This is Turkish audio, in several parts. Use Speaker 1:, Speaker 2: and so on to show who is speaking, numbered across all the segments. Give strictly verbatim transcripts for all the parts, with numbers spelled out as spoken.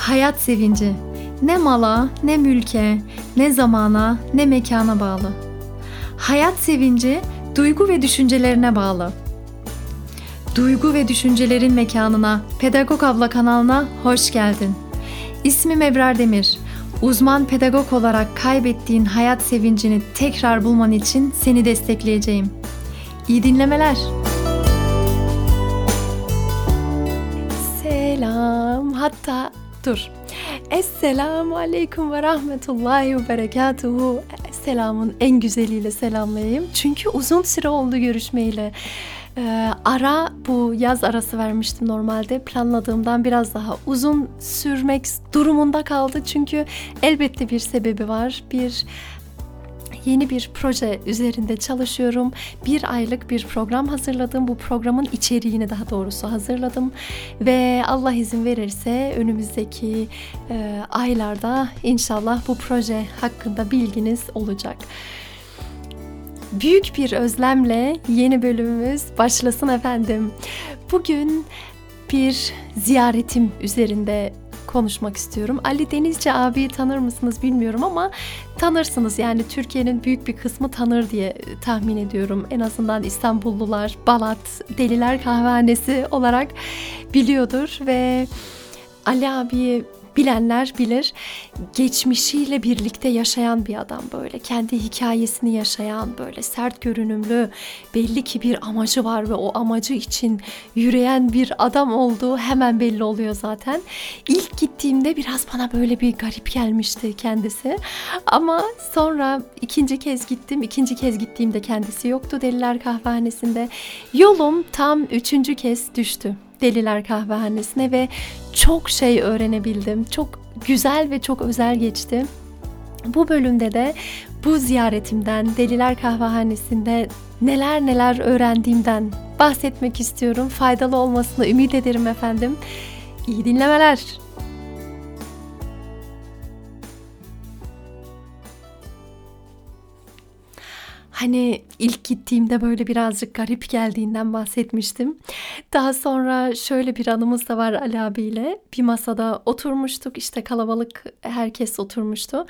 Speaker 1: Hayat sevinci ne mala, ne mülke, ne zamana, ne mekana bağlı. Hayat sevinci duygu ve düşüncelerine bağlı. Duygu ve düşüncelerin mekanına, Pedagog Abla kanalına hoş geldin. İsmim Ebrar Demir. Uzman pedagog olarak kaybettiğin hayat sevincini tekrar bulman için seni destekleyeceğim. İyi dinlemeler. Selam. Hatta dur. Esselamu Aleyküm ve Rahmetullahi ve Berekatuhu. Selamın en güzeliyle selamlayayım. Çünkü uzun süre oldu görüşmeyle. Ee, ara bu yaz arası vermiştim normalde. Planladığımdan biraz daha uzun sürmek durumunda kaldı. Çünkü elbette bir sebebi var. Bir Yeni bir proje üzerinde çalışıyorum. Bir aylık bir program hazırladım. Bu programın içeriğini daha doğrusu hazırladım. Ve Allah izin verirse önümüzdeki e, aylarda inşallah bu proje hakkında bilginiz olacak. Büyük bir özlemle yeni bölümümüz başlasın efendim. Bugün bir ziyaretim üzerinde konuşmak istiyorum. Ali Denizci abiyi tanır mısınız bilmiyorum ama tanırsınız. Yani Türkiye'nin büyük bir kısmı tanır diye tahmin ediyorum. En azından İstanbullular Balat Deliler Kahvehanesi olarak biliyordur ve Ali abiyi bilenler bilir. Geçmişiyle birlikte yaşayan bir adam böyle. Kendi hikayesini yaşayan böyle sert görünümlü, belli ki bir amacı var ve o amacı için yürüyen bir adam olduğu hemen belli oluyor zaten. İlk gittiğimde biraz bana böyle bir garip gelmişti kendisi. Ama sonra ikinci kez gittim. İkinci kez gittiğimde kendisi yoktu Deliler Kahvehanesi'nde. Yolum tam üçüncü kez düştü Deliler Kahvehanesi'ne ve çok şey öğrenebildim. Çok güzel ve çok özel geçti. Bu bölümde de bu ziyaretimden, Deliler Kahvehanesi'nde neler neler öğrendiğimden bahsetmek istiyorum. Faydalı olmasını ümit ederim efendim. İyi dinlemeler. Hani ilk gittiğimde böyle birazcık garip geldiğinden bahsetmiştim. Daha sonra şöyle bir anımız da var Ali abiyle. Bir masada oturmuştuk, işte kalabalık herkes oturmuştu.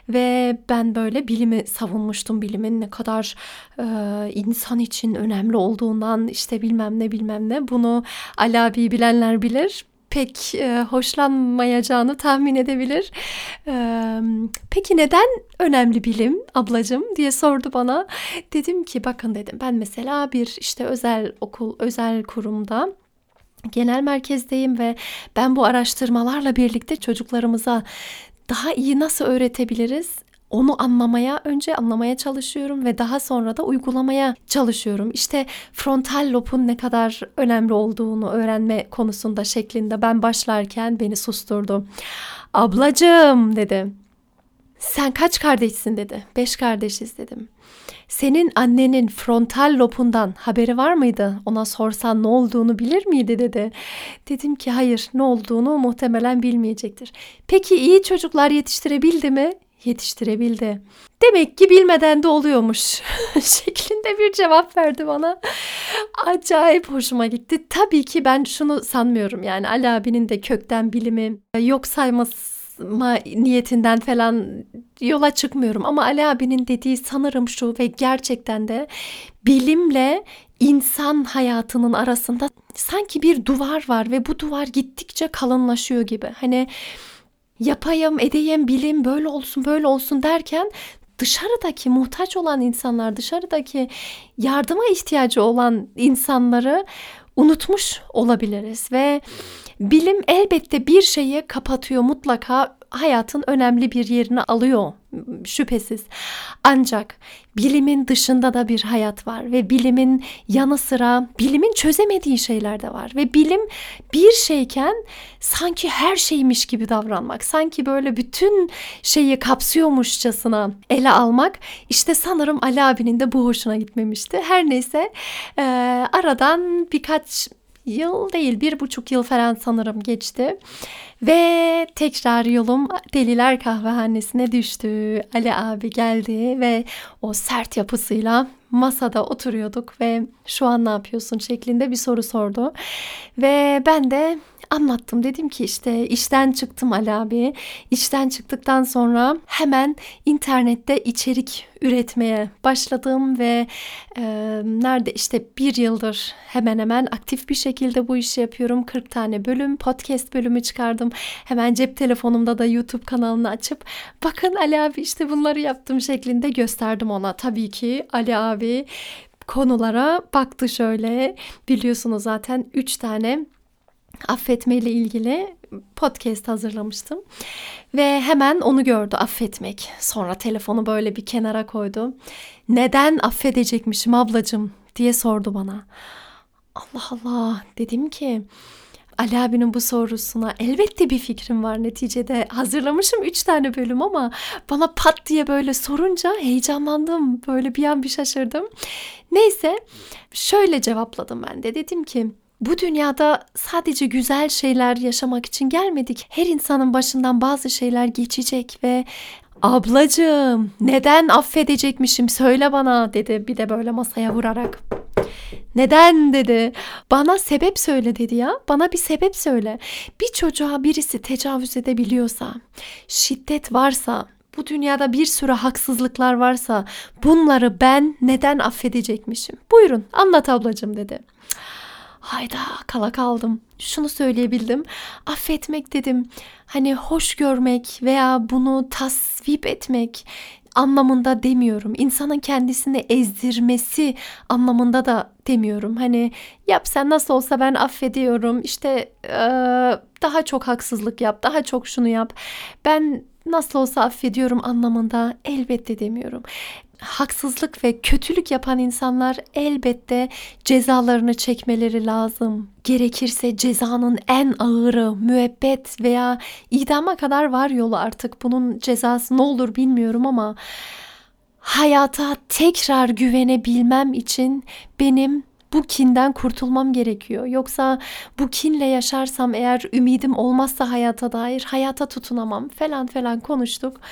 Speaker 1: Ve ben böyle bilimi savunmuştum. Bilimin ne kadar e, insan için önemli olduğundan işte bilmem ne bilmem ne. Bunu Ali abiyi bilenler bilir. Pek e, hoşlanmayacağını tahmin edebilir. E, peki neden önemli bilim ablacığım diye sordu bana. Dedim ki bakın dedim ben mesela bir işte özel okul, özel kurumda genel merkezdeyim ve ben bu araştırmalarla birlikte çocuklarımıza daha iyi nasıl öğretebiliriz? Onu anlamaya, önce anlamaya çalışıyorum ve daha sonra da uygulamaya çalışıyorum. İşte frontal lobun ne kadar önemli olduğunu öğrenme konusunda şeklinde ben başlarken beni susturdu. Ablacığım dedi. Sen kaç kardeşsin dedi. Beş kardeşiz dedim. Senin annenin frontal lobundan haberi var mıydı? Ona sorsan ne olduğunu bilir miydi dedi. Dedim ki hayır, ne olduğunu muhtemelen bilmeyecektir. Peki iyi çocuklar yetiştirebildi mi? Yetiştirebildi. Demek ki bilmeden de oluyormuş şeklinde bir cevap verdi bana. Acayip hoşuma gitti. Tabii ki ben şunu sanmıyorum, yani Ali abinin de kökten bilimi yok sayma niyetinden falan yola çıkmıyorum. Ama Ali abinin dediği sanırım şu ve gerçekten de bilimle insan hayatının arasında sanki bir duvar var ve bu duvar gittikçe kalınlaşıyor gibi. Hani yapayım, edeyim, bilim böyle olsun, böyle olsun derken dışarıdaki muhtaç olan insanlar, dışarıdaki yardıma ihtiyacı olan insanları unutmuş olabiliriz ve bilim elbette bir şeyi kapatıyor, mutlaka hayatın önemli bir yerini alıyor şüphesiz. Ancak bilimin dışında da bir hayat var ve bilimin yanı sıra bilimin çözemediği şeyler de var ve bilim bir şeyken sanki her şeymiş gibi davranmak, sanki böyle bütün şeyi kapsıyormuşçasına ele almak, işte sanırım Ali abinin de bu hoşuna gitmemişti. Her neyse e, aradan birkaç yıl değil bir buçuk yıl falan sanırım geçti. Ve tekrar yolum Deliler Kahvehanesi'ne düştü. Ali abi geldi ve o sert yapısıyla masada oturuyorduk ve şu an ne yapıyorsun şeklinde bir soru sordu. Ve ben de Anlattım. Dedim ki işte işten çıktım Ali abi. İşten çıktıktan sonra hemen internette içerik üretmeye başladım ve e, nerede işte bir yıldır hemen hemen aktif bir şekilde bu işi yapıyorum. kırk tane bölüm, podcast bölümü çıkardım. Hemen cep telefonumda da YouTube kanalını açıp bakın Ali abi işte bunları yaptım şeklinde gösterdim ona. Tabii ki Ali abi konulara baktı şöyle. Biliyorsunuz zaten üç tane affetme ile ilgili podcast hazırlamıştım. Ve hemen onu gördü, affetmek. Sonra telefonu böyle bir kenara koydu. Neden affedecekmişim ablacığım diye sordu bana. Allah Allah, dedim ki Ali abinin bu sorusuna elbette bir fikrim var. Neticede hazırlamışım üç tane bölüm ama bana pat diye böyle sorunca heyecanlandım. Böyle bir an bir şaşırdım. Neyse, şöyle cevapladım ben de. Dedim ki bu dünyada sadece güzel şeyler yaşamak için gelmedik. Her insanın başından bazı şeyler geçecek ve ablacığım neden affedecekmişim söyle bana dedi, bir de böyle masaya vurarak. Neden dedi. Bana sebep söyle dedi ya. Bana bir sebep söyle. Bir çocuğa birisi tecavüz edebiliyorsa, şiddet varsa, bu dünyada bir sürü haksızlıklar varsa bunları ben neden affedecekmişim? Buyurun anlat ablacığım dedi. Hayda, kala kaldım. Şunu söyleyebildim. Affetmek dedim. Hani hoş görmek veya bunu tasvip etmek anlamında demiyorum. İnsanın kendisini ezdirmesi anlamında da demiyorum. Hani yap sen, nasıl olsa ben affediyorum. İşte ee, daha çok haksızlık yap, daha çok şunu yap. Ben nasıl olsa affediyorum anlamında elbette demiyorum. Haksızlık ve kötülük yapan insanlar elbette cezalarını çekmeleri lazım. Gerekirse cezanın en ağırı, müebbet veya idama kadar var yolu artık. Bunun cezası ne olur bilmiyorum ama hayata tekrar güvenebilmem için benim bu kinden kurtulmam gerekiyor. Yoksa bu kinle yaşarsam eğer, ümidim olmazsa hayata dair, hayata tutunamam falan falan konuştuk.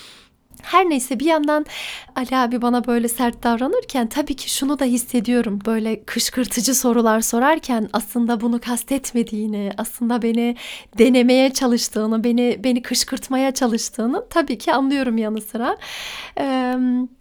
Speaker 1: Her neyse, bir yandan Ali abi bana böyle sert davranırken tabii ki şunu da hissediyorum. Böyle kışkırtıcı sorular sorarken aslında bunu kastetmediğini, aslında beni denemeye çalıştığını, beni beni kışkırtmaya çalıştığını tabii ki anlıyorum yanı sıra. Ee,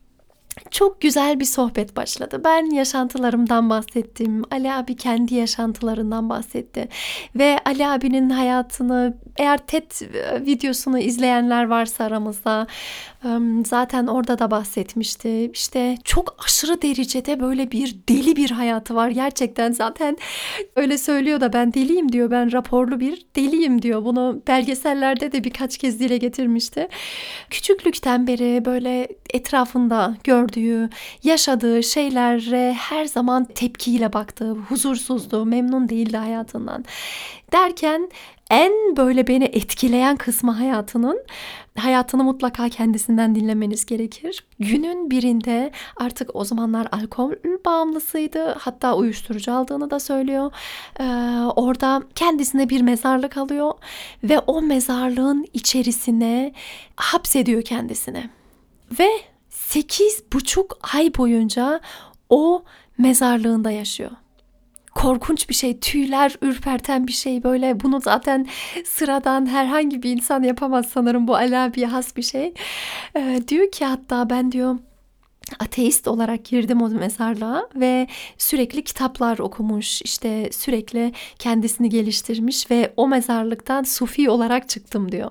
Speaker 1: Çok güzel bir sohbet başladı. Ben yaşantılarımdan bahsettim. Ali abi kendi yaşantılarından bahsetti. Ve Ali abinin hayatını, eğer TED videosunu izleyenler varsa aramızda, zaten orada da bahsetmişti. İşte çok aşırı derecede böyle bir deli bir hayatı var. Gerçekten zaten öyle söylüyor da, ben deliyim diyor. Ben raporlu bir deliyim diyor. Bunu belgesellerde de birkaç kez dile getirmişti. Küçüklükten beri böyle etrafında gördüğü, yaşadığı şeylere her zaman tepkiyle baktığı, huzursuzdu, memnun değildi hayatından. Derken en böyle beni etkileyen kısmı hayatının, hayatını mutlaka kendisinden dinlemeniz gerekir. Günün birinde, artık o zamanlar alkol bağımlısıydı, hatta uyuşturucu aldığını da söylüyor. Ee, orada kendisine bir mezarlık alıyor ve o mezarlığın içerisine hapsediyor kendisini. Ve sekiz buçuk ay boyunca o mezarlığında yaşıyor. Korkunç bir şey, tüyler ürperten bir şey böyle. Bunu zaten sıradan herhangi bir insan yapamaz sanırım, bu Ali abiye has bir şey. Ee, diyor ki hatta ben diyor ateist olarak girdim o mezarlığa ve sürekli kitaplar okumuş, işte sürekli kendisini geliştirmiş ve o mezarlıktan sufi olarak çıktım diyor.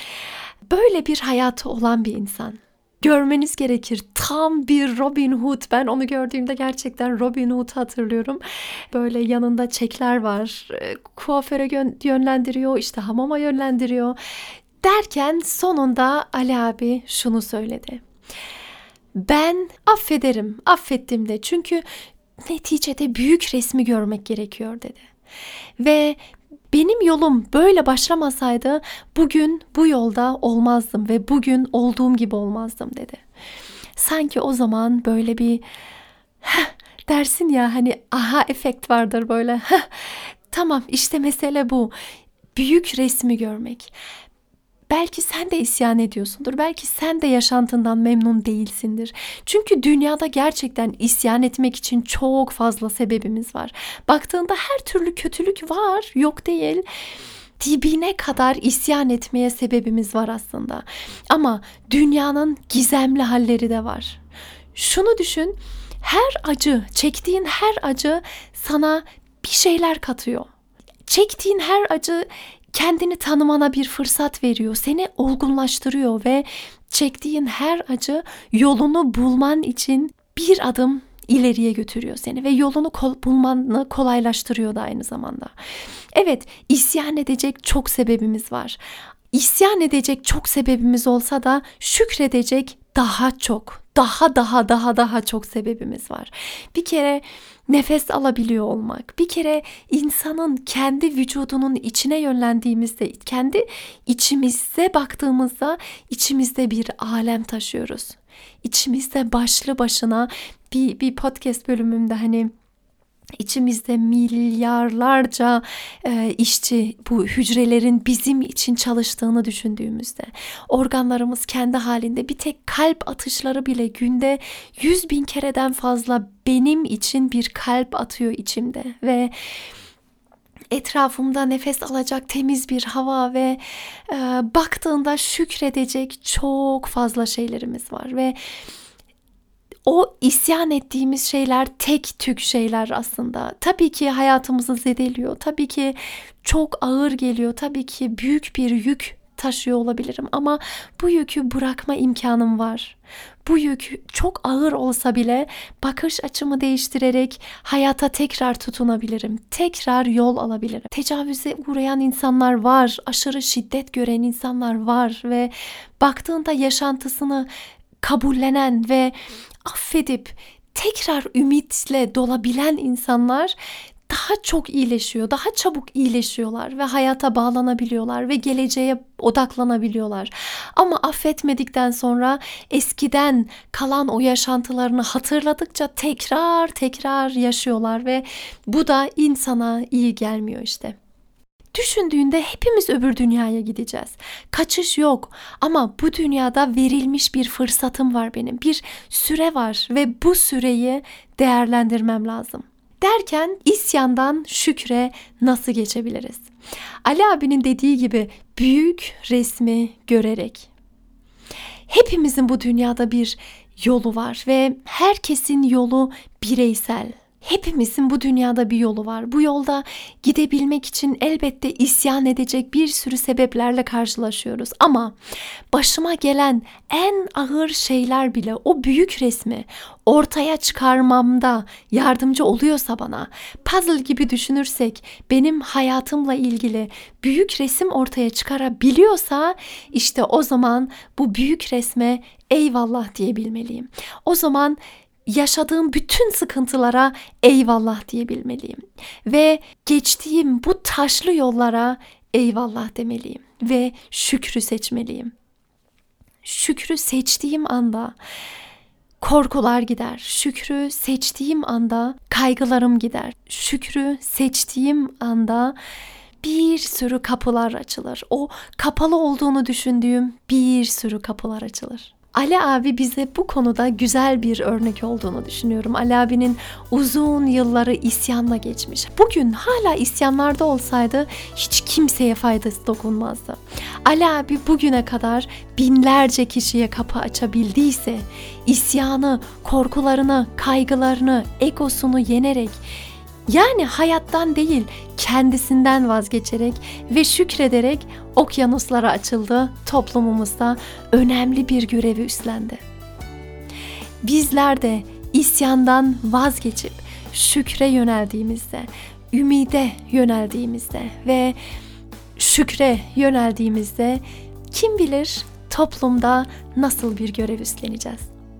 Speaker 1: Böyle bir hayatı olan bir insan. Görmeniz gerekir. Tam bir Robin Hood. Ben onu gördüğümde gerçekten Robin Hood hatırlıyorum. Böyle yanında çekler var. Kuaföre gö- yönlendiriyor, işte hamama yönlendiriyor. Derken sonunda Ali abi şunu söyledi. Ben affederim, affettim de. Çünkü neticede büyük resmi görmek gerekiyor dedi. Ve benim yolum böyle başlamasaydı bugün bu yolda olmazdım ve bugün olduğum gibi olmazdım dedi. Sanki o zaman böyle bir dersin ya, hani aha efekt vardır böyle. Tamam, işte mesele bu. Büyük resmi görmek. Belki sen de isyan ediyorsundur. Belki sen de yaşantından memnun değilsindir. Çünkü dünyada gerçekten isyan etmek için çok fazla sebebimiz var. Baktığında her türlü kötülük var, yok değil. Dibine kadar isyan etmeye sebebimiz var aslında. Ama dünyanın gizemli halleri de var. Şunu düşün, her acı, çektiğin her acı sana bir şeyler katıyor. Çektiğin her acı kendini tanımana bir fırsat veriyor, seni olgunlaştırıyor ve çektiğin her acı yolunu bulman için bir adım ileriye götürüyor seni ve yolunu kol, bulmanı kolaylaştırıyor da aynı zamanda. Evet, isyan edecek çok sebebimiz var. İsyan edecek çok sebebimiz olsa da şükredecek daha çok, daha daha daha daha çok sebebimiz var. Bir kere nefes alabiliyor olmak, bir kere insanın kendi vücudunun içine yönlendiğimizde, kendi içimize baktığımızda içimizde bir alem taşıyoruz. İçimizde başlı başına bir, bir podcast bölümümde hani İçimizde milyarlarca e, işçi bu hücrelerin bizim için çalıştığını düşündüğümüzde, organlarımız kendi halinde, bir tek kalp atışları bile günde yüz bin kereden fazla benim için bir kalp atıyor içimde ve etrafımda nefes alacak temiz bir hava ve e, baktığında şükredecek çok fazla şeylerimiz var ve o isyan ettiğimiz şeyler tek tük şeyler aslında. Tabii ki hayatımızı zedeliyor. Tabii ki çok ağır geliyor. Tabii ki büyük bir yük taşıyor olabilirim ama bu yükü bırakma imkanım var. Bu yük çok ağır olsa bile bakış açımı değiştirerek hayata tekrar tutunabilirim. Tekrar yol alabilirim. Tecavüze uğrayan insanlar var. Aşırı şiddet gören insanlar var ve baktığında yaşantısını kabullenen ve affedip tekrar ümitle dolabilen insanlar daha çok iyileşiyor, daha çabuk iyileşiyorlar ve hayata bağlanabiliyorlar ve geleceğe odaklanabiliyorlar. Ama affetmedikten sonra eskiden kalan o yaşantılarını hatırladıkça tekrar tekrar yaşıyorlar ve bu da insana iyi gelmiyor işte. Düşündüğünde hepimiz öbür dünyaya gideceğiz. Kaçış yok ama bu dünyada verilmiş bir fırsatım var benim. Bir süre var ve bu süreyi değerlendirmem lazım. Derken isyandan şükre nasıl geçebiliriz? Ali abinin dediği gibi büyük resmi görerek. Hepimizin bu dünyada bir yolu var ve herkesin yolu bireysel. Hepimizin bu dünyada bir yolu var. Bu yolda gidebilmek için elbette isyan edecek bir sürü sebeplerle karşılaşıyoruz. Ama başıma gelen en ağır şeyler bile o büyük resmi ortaya çıkarmamda yardımcı oluyorsa bana, puzzle gibi düşünürsek benim hayatımla ilgili büyük resim ortaya çıkarabiliyorsa işte o zaman bu büyük resme eyvallah diyebilmeliyim. O zaman yaşadığım bütün sıkıntılara eyvallah diyebilmeliyim. Ve geçtiğim bu taşlı yollara eyvallah demeliyim. Ve şükrü seçmeliyim. Şükrü seçtiğim anda korkular gider. Şükrü seçtiğim anda kaygılarım gider. Şükrü seçtiğim anda bir sürü kapılar açılır. O kapalı olduğunu düşündüğüm bir sürü kapılar açılır. Ali abi bize bu konuda güzel bir örnek olduğunu düşünüyorum. Ali abinin uzun yılları isyanla geçmiş. Bugün hala isyanlarda olsaydı hiç kimseye faydası dokunmazdı. Ali abi bugüne kadar binlerce kişiye kapı açabildiyse, isyanı, korkularını, kaygılarını, egosunu yenerek, yani hayattan değil kendisinden vazgeçerek ve şükrederek okyanuslara açıldı, toplumumuzda önemli bir görevi üstlendi. Bizler de isyandan vazgeçip şükre yöneldiğimizde, ümide yöneldiğimizde ve şükre yöneldiğimizde kim bilir toplumda nasıl bir görev üstleneceğiz.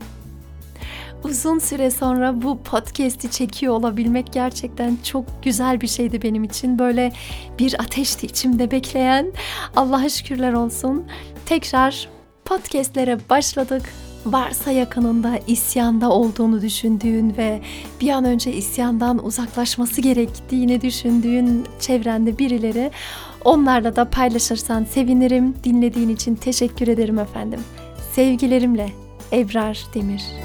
Speaker 1: Uzun süre sonra bu podcast'i çekiyor olabilmek gerçekten çok güzel bir şeydi benim için. Böyle bir ateşti içimde bekleyen. Allah'a şükürler olsun. Tekrar podcast'lere başladık. Varsa yakınında isyanda olduğunu düşündüğün ve bir an önce isyandan uzaklaşması gerektiğini düşündüğün çevrende birileri Onlarla da paylaşırsan sevinirim. Dinlediğin için teşekkür ederim efendim. Sevgilerimle Ebrar Demir.